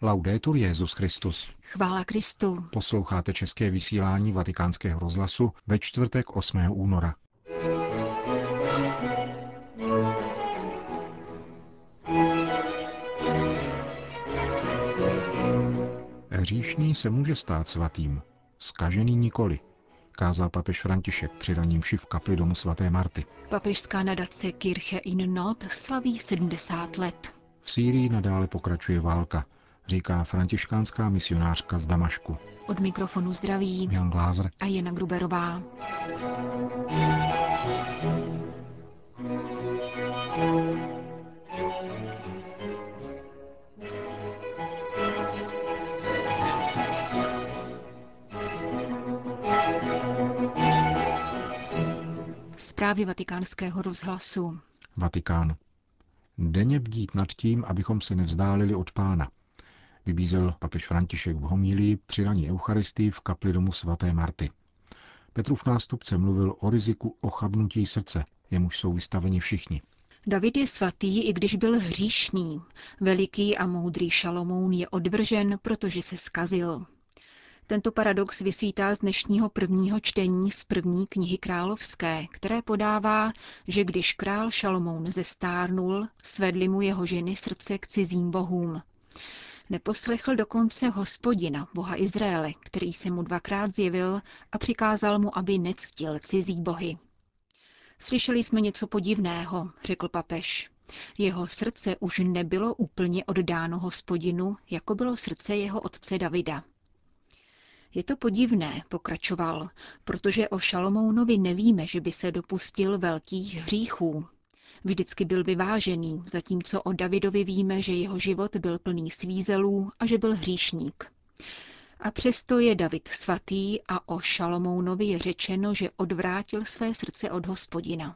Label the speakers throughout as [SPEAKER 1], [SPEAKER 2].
[SPEAKER 1] Laudetur Jesus Christus.
[SPEAKER 2] Chvála Kristu.
[SPEAKER 1] Posloucháte české vysílání Vatikánského rozhlasu ve čtvrtek 8. února. Hříšný se může stát svatým, zkažený nikoli, kázal papež František při raní mši v kapli domu svaté Marty.
[SPEAKER 2] Papežská nadace Kirche in Not slaví 70 let.
[SPEAKER 1] V Sýrii nadále pokračuje válka, říká františkánská misionářka z Damašku.
[SPEAKER 2] Od mikrofonu zdraví
[SPEAKER 1] Jan Glázer
[SPEAKER 2] a Jana Gruberová. Zprávy Vatikánského rozhlasu.
[SPEAKER 1] Vatikán. Denně bdít nad tím, abychom se nevzdálili od Pána, vybízel papež František v homílii při raní eucharistii v kapli domu svaté Marty. Petrův nástupce mluvil o riziku ochabnutí srdce, jemuž jsou vystaveni všichni.
[SPEAKER 2] David je svatý, i když byl hříšný. Veliký a moudrý Šalomoun je odvržen, protože se zkazil. Tento paradox vysvítá z dnešního prvního čtení z první knihy královské, které podává, že když král Šalomoun zestárnul, svedly mu jeho ženy srdce k cizím bohům. Neposlechl dokonce Hospodina, boha Izraele, který se mu dvakrát zjevil a přikázal mu, aby nectil cizí bohy. Slyšeli jsme něco podivného, řekl papež. Jeho srdce už nebylo úplně oddáno Hospodinu, jako bylo srdce jeho otce Davida. Je to podivné, pokračoval, protože o Šalomounovi nevíme, že by se dopustil velkých hříchů. Vždycky byl vyvážený, zatímco o Davidovi víme, že jeho život byl plný svízelů a že byl hříšník. A přesto je David svatý a o Šalomounovi je řečeno, že odvrátil své srdce od Hospodina.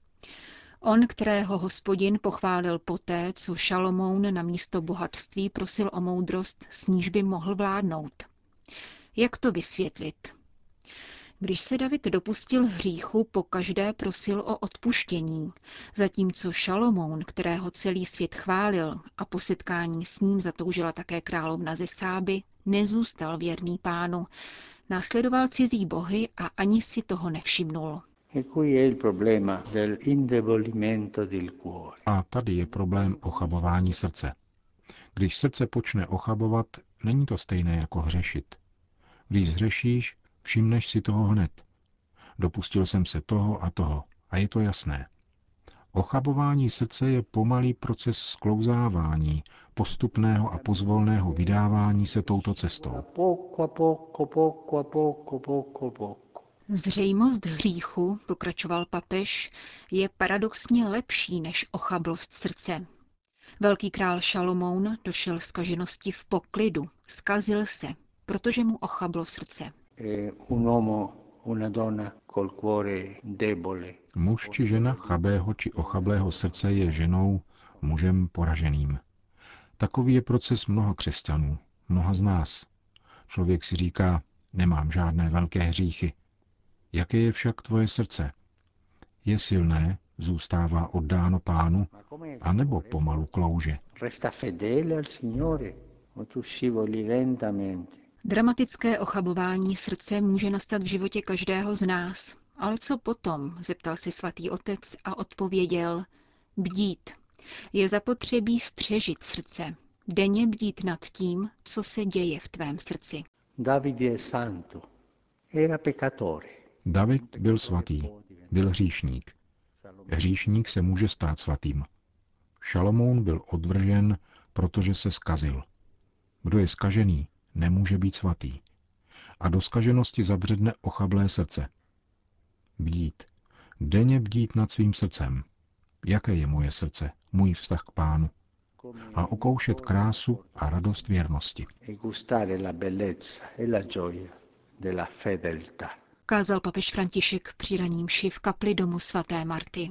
[SPEAKER 2] On, kterého Hospodin pochválil poté, co Šalomoun na místo bohatství prosil o moudrost, s níž by mohl vládnout. Jak to vysvětlit? Když se David dopustil hříchu, pokaždé prosil o odpuštění, zatímco Šalomoun, kterého celý svět chválil a po setkání s ním zatoužila také královna ze Sáby, nezůstal věrný Pánu, následoval cizí bohy a ani si toho nevšimnul.
[SPEAKER 1] A tady je problém ochabování srdce. Když srdce počne ochabovat, není to stejné jako hřešit. Když zhřešíš, všimneš si toho hned. Dopustil jsem se toho a je to jasné. Ochabování srdce je pomalý proces sklouzávání, postupného a pozvolného vydávání se touto cestou.
[SPEAKER 2] Zřejmost hříchu, pokračoval papež, je paradoxně lepší než ochablost srdce. Velký král Šalomoun došel zkaženosti v poklidu, zkazil se, protože mu ochablo srdce.
[SPEAKER 1] Muž či žena chabého či ochablého srdce je ženou, mužem poraženým. Takový je proces mnoha křesťanů, mnoha z nás. Člověk si říká, nemám žádné velké hříchy. Jaké je však tvoje srdce? Je silné, zůstává oddáno Pánu, anebo pomalu klouže?
[SPEAKER 2] Dramatické ochabování srdce může nastat v životě každého z nás. Ale co potom? Zeptal se svatý otec a odpověděl. Bdít. Je zapotřebí střežit srdce. Denně bdít nad tím, co se děje v tvém srdci.
[SPEAKER 1] David byl svatý, byl hříšník. Hříšník se může stát svatým. Šalomoun byl odvržen, protože se zkazil. Kdo je zkažený, nemůže být svatý. A do zkaženosti zabředne ochablé srdce. Bdít. Denně bdít nad svým srdcem. Jaké je moje srdce, můj vztah k Pánu? A okoušet krásu a radost věrnosti.
[SPEAKER 2] Kázal papež František při raní mši v kapli domu svaté Marty.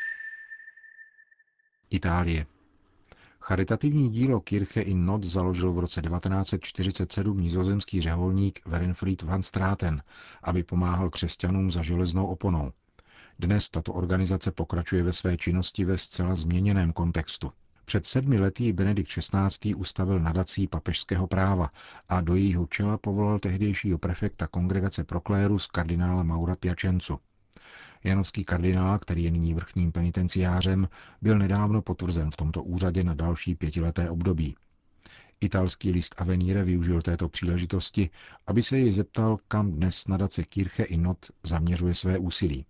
[SPEAKER 1] Itálie. Charitativní dílo Kirche in Not založil v roce 1947 nizozemský řeholník Werenfried van Straten, aby pomáhal křesťanům za železnou oponou. Dnes tato organizace pokračuje ve své činnosti ve zcela změněném kontextu. Před 7 lety Benedikt XVI. Ustavil nadací papežského práva a do jejího čela povolal tehdejšího prefekta Kongregace pro klérus kardinála Maura Piacenzu. Janovský kardinál, který je nyní vrchním penitenciářem, byl nedávno potvrzen v tomto úřadě na další 5leté období. Italský list Avvenire využil této příležitosti, aby se jej zeptal, kam dnes nadace Kirche in Not zaměřuje své úsilí.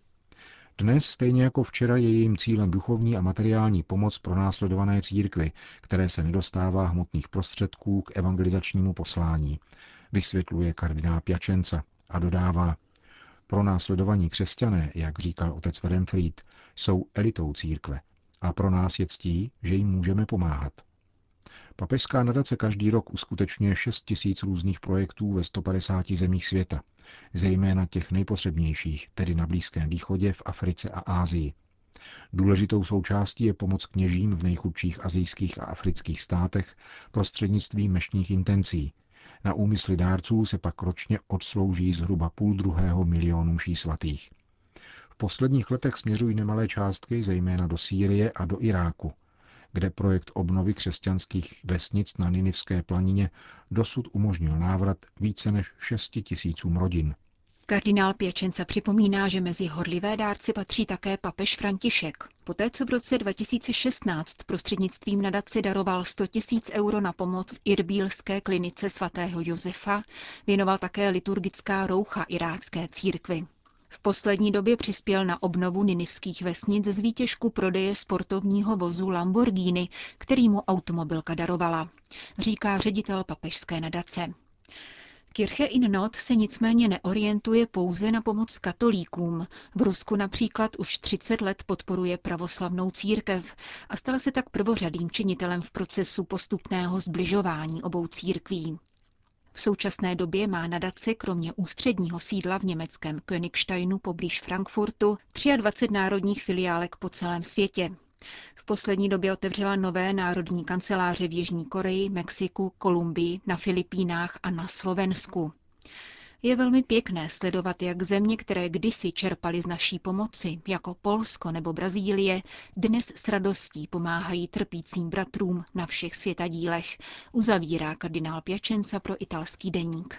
[SPEAKER 1] Dnes, stejně jako včera, je jejím cílem duchovní a materiální pomoc pro následované církvi, které se nedostává hmotných prostředků k evangelizačnímu poslání, vysvětluje kardinál Piacenza a dodává: pro následovaní křesťané, jak říkal otec Werenfried, jsou elitou církve a pro nás je ctí, že jim můžeme pomáhat. Papežská nadace každý rok uskutečňuje 6 000 různých projektů ve 150 zemích světa, zejména těch nejpotřebnějších, tedy na Blízkém východě, v Africe a Asii. Důležitou součástí je pomoc kněžím v nejchudších asijských a afrických státech prostřednictvím mešních intencí. Na úmysly dárců se pak ročně odslouží zhruba 500 000 mší svatých. V posledních letech směřují nemalé částky zejména do Sýrie a do Iráku, kde projekt obnovy křesťanských vesnic na Ninivské planině dosud umožnil návrat více než 6 000 rodin.
[SPEAKER 2] Kardinál Piacenza připomíná, že mezi horlivé dárci patří také papež František. Poté, co v roce 2016 prostřednictvím nadace daroval 100 000 euro na pomoc irbílské klinice svatého Josefa, věnoval také liturgická roucha irácké církvi. V poslední době přispěl na obnovu ninivských vesnic z výtěžku prodeje sportovního vozu Lamborghini, který mu automobilka darovala, říká ředitel papežské nadace. Kirche in Not se nicméně neorientuje pouze na pomoc katolíkům. V Rusku například už 30 let podporuje pravoslavnou církev a stala se tak prvořadým činitelem v procesu postupného sbližování obou církví. V současné době má nadace kromě ústředního sídla v německém Königsteinu poblíž Frankfurtu 23 národních filiálek po celém světě. V poslední době otevřela nové národní kanceláře v Jižní Koreji, Mexiku, Kolumbii, na Filipínách a na Slovensku. Je velmi pěkné sledovat, jak země, které kdysi čerpaly z naší pomoci, jako Polsko nebo Brazílie, dnes s radostí pomáhají trpícím bratrům na všech světadílech, uzavírá kardinál Piacenza pro italský deník.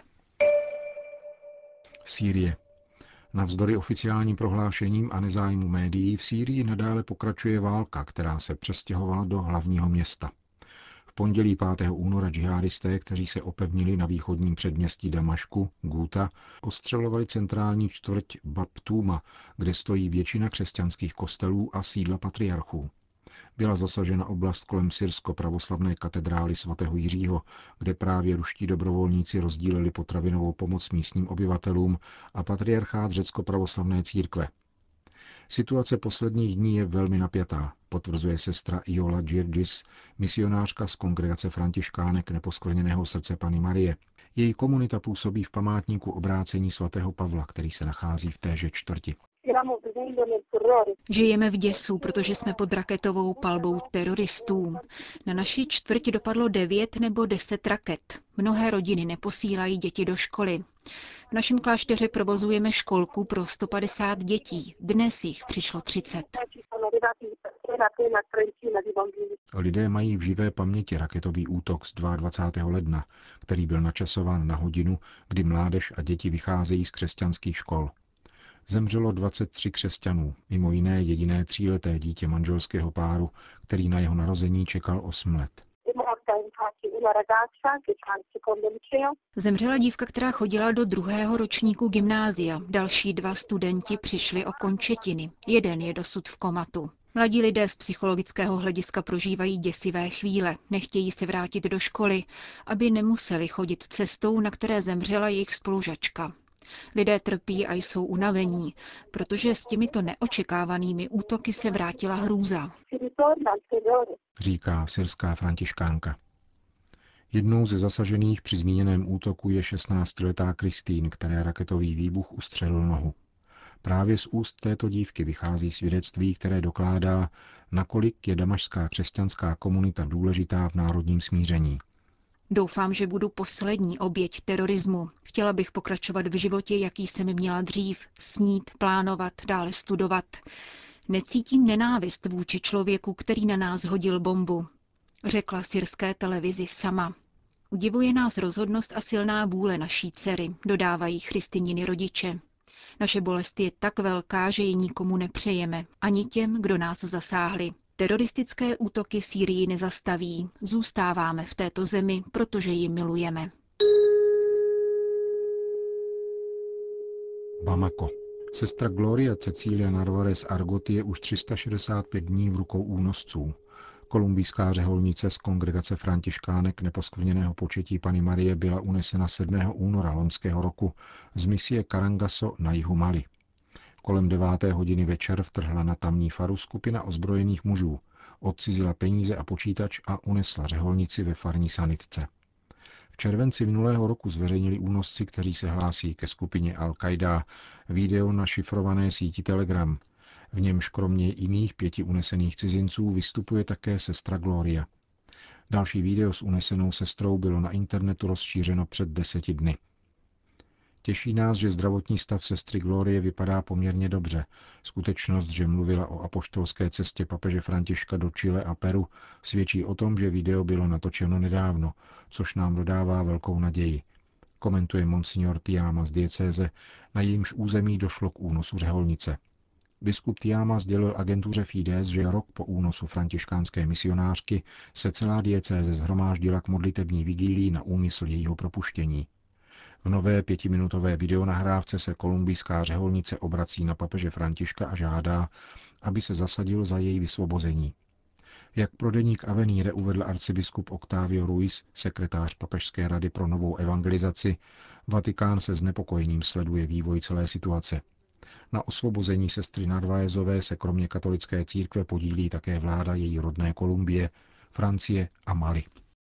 [SPEAKER 1] Sýrie. Navzdory oficiálním prohlášením a nezájmu médií v Sýrii nadále pokračuje válka, která se přestěhovala do hlavního města. V pondělí 5. února džihadisté, kteří se opevnili na východním předměstí Damašku, Guta, ostřelovali centrální čtvrť Bab-Tuma, kde stojí většina křesťanských kostelů a sídla patriarchů. Byla zasažena oblast kolem syrsko-pravoslavné katedrály svatého Jiřího, kde právě ruští dobrovolníci rozdíleli potravinovou pomoc místním obyvatelům a patriarchát řecko-pravoslavné církve. Situace posledních dní je velmi napjatá, potvrzuje sestra Iola Girgis, misionářka z kongregace františkánek Neposkvrněného srdce Panny Marie. Její komunita působí v památníku obrácení svatého Pavla, který se nachází v téže čtvrti.
[SPEAKER 2] Žijeme v děsu, protože jsme pod raketovou palbou teroristů. Na naši čtvrť dopadlo 9 nebo 10 raket. Mnohé rodiny neposílají děti do školy. V našem klášteře provozujeme školku pro 150 dětí. Dnes jich přišlo 30.
[SPEAKER 1] Lidé mají v živé paměti raketový útok z 22. ledna, který byl načasován na hodinu, kdy mládež a děti vycházejí z křesťanských škol. Zemřelo 23 křesťanů, mimo jiné jediné 3leté dítě manželského páru, který na jeho narození čekal 8 let.
[SPEAKER 2] Zemřela dívka, která chodila do 2. ročníku gymnázia. Další 2 studenti přišli o končetiny. Jeden je dosud v komatu. Mladí lidé z psychologického hlediska prožívají děsivé chvíle. Nechtějí se vrátit do školy, aby nemuseli chodit cestou, na které zemřela jejich spolužačka. Lidé trpí a jsou unavení, protože s těmito neočekávanými útoky se vrátila hrůza,
[SPEAKER 1] říká syrská františkánka. Jednou ze zasažených při zmíněném útoku je 16letá Kristýn, které raketový výbuch ustřelil nohu. Právě z úst této dívky vychází svědectví, které dokládá, nakolik je damašská křesťanská komunita důležitá v národním smíření.
[SPEAKER 2] Doufám, že budu poslední oběť terorismu. Chtěla bych pokračovat v životě, jaký jsem měla dřív, snít, plánovat, dále studovat. Necítím nenávist vůči člověku, který na nás hodil bombu, řekla syrské televizi sama. Udivuje nás rozhodnost a silná vůle naší dcery, dodávají Christininy rodiče. Naše bolest je tak velká, že ji nikomu nepřejeme, ani těm, kdo nás zasáhli. Teroristické útoky Sýrii nezastaví. Zůstáváme v této zemi, protože ji milujeme.
[SPEAKER 1] Bamako. Sestra Gloria Cecilia Narvaez Argot je už 365 dní v rukou únosců. Kolumbijská řeholnice z kongregace františkánek neposkvrněného početí Panny Marie byla unesena 7. února loňského roku z misie Karangaso na jihu Mali. Kolem 9. hodiny večer vtrhla na tamní faru skupina ozbrojených mužů, odcizila peníze a počítač a unesla řeholnici ve farní sanitce. V červenci minulého roku zveřejnili únosci, kteří se hlásí ke skupině Al-Qaida, video na šifrované síti Telegram. V němž kromě jiných 5 unesených cizinců vystupuje také sestra Gloria. Další video s unesenou sestrou bylo na internetu rozšířeno před 10 dny. Těší nás, že zdravotní stav sestry Glorie vypadá poměrně dobře. Skutečnost, že mluvila o apoštolské cestě papeže Františka do Chile a Peru, svědčí o tom, že video bylo natočeno nedávno, což nám dodává velkou naději. Komentuje monsignor Tiama z diecéze, na jejímž území došlo k únosu řeholnice. Biskup Tiama sdělil agentuře Fides, že rok po únosu františkánské misionářky se celá diecéze shromáždila k modlitební vigílii na úmysl jejího propuštění. V nové 5minutové videonahrávce se kolumbijská řeholnice obrací na papeže Františka a žádá, aby se zasadil za její vysvobození. Jak pro deník Avenire uvedl arcibiskup Octavio Ruiz, sekretář Papežské rady pro novou evangelizaci, Vatikán se znepokojením sleduje vývoj celé situace. Na osvobození sestry Narvaezové se kromě katolické církve podílí také vláda její rodné Kolumbie, Francie a Mali.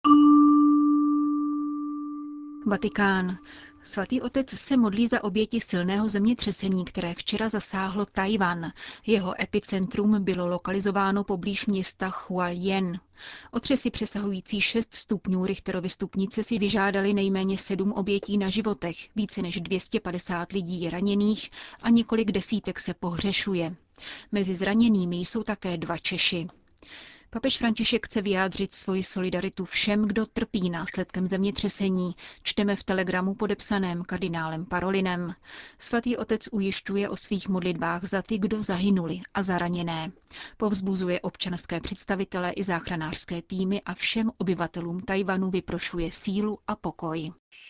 [SPEAKER 2] Vatikán. Svatý otec se modlí za oběti silného zemětřesení, které včera zasáhlo Tchaj-wan. Jeho epicentrum bylo lokalizováno poblíž města Hualien. Otřesy přesahující 6 stupňů Richterovy stupnice si vyžádali nejméně 7 obětí na životech, více než 250 lidí je raněných a několik desítek se pohřešuje. Mezi zraněnými jsou také 2 Češi. Papež František chce vyjádřit svoji solidaritu všem, kdo trpí následkem zemětřesení, čteme v telegramu podepsaném kardinálem Parolinem. Svatý otec ujišťuje o svých modlitbách za ty, kdo zahynuli a za raněné. Povzbuzuje občanské představitele i záchranářské týmy a všem obyvatelům Tchaj-wanu vyprošuje sílu a pokoj.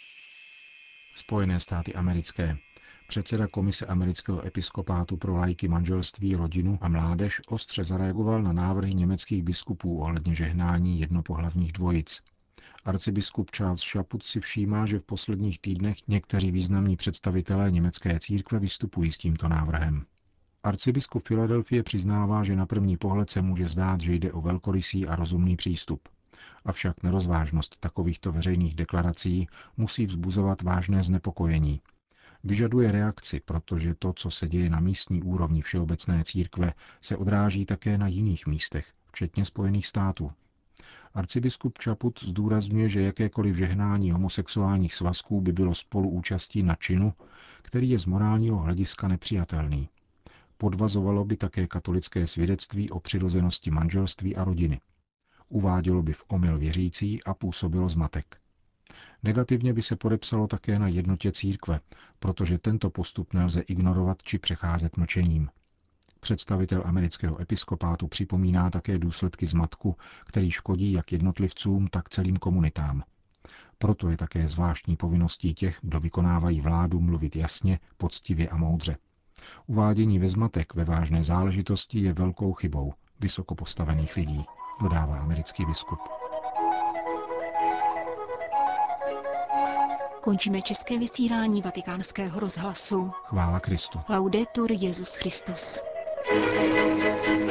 [SPEAKER 1] Spojené státy americké. Předseda Komise amerického episkopátu pro laiky, manželství, rodinu a mládež ostře zareagoval na návrhy německých biskupů ohledně žehnání jednopohlavních dvojic. Arcibiskup Charles Chaput si všímá, že v posledních týdnech někteří významní představitelé německé církve vystupují s tímto návrhem. Arcibiskup Filadelfie přiznává, že na první pohled se může zdát, že jde o velkorysý a rozumný přístup. Avšak nerozvážnost takovýchto veřejných deklarací musí vzbuzovat vážné znepokojení. Vyžaduje reakci, protože to, co se děje na místní úrovni všeobecné církve, se odráží také na jiných místech, včetně Spojených států. Arcibiskup Chaput zdůrazňuje, že jakékoliv žehnání homosexuálních svazků by bylo spoluúčastí na činu, který je z morálního hlediska nepřijatelný. Podvazovalo by také katolické svědectví o přirozenosti manželství a rodiny. Uvádělo by v omyl věřící a působilo zmatek. Negativně by se podepsalo také na jednotě církve, protože tento postup nelze ignorovat či přecházet mlčením. Představitel amerického episkopátu připomíná také důsledky zmatku, který škodí jak jednotlivcům, tak celým komunitám. Proto je také zvláštní povinností těch, kdo vykonávají vládu, mluvit jasně, poctivě a moudře. Uvádění ve zmatek ve vážné záležitosti je velkou chybou vysoko postavených lidí, dodává americký biskup.
[SPEAKER 2] Končíme české vysílání Vatikánského rozhlasu.
[SPEAKER 1] Chvála Kristu.
[SPEAKER 2] Laudetur Jesus Christus.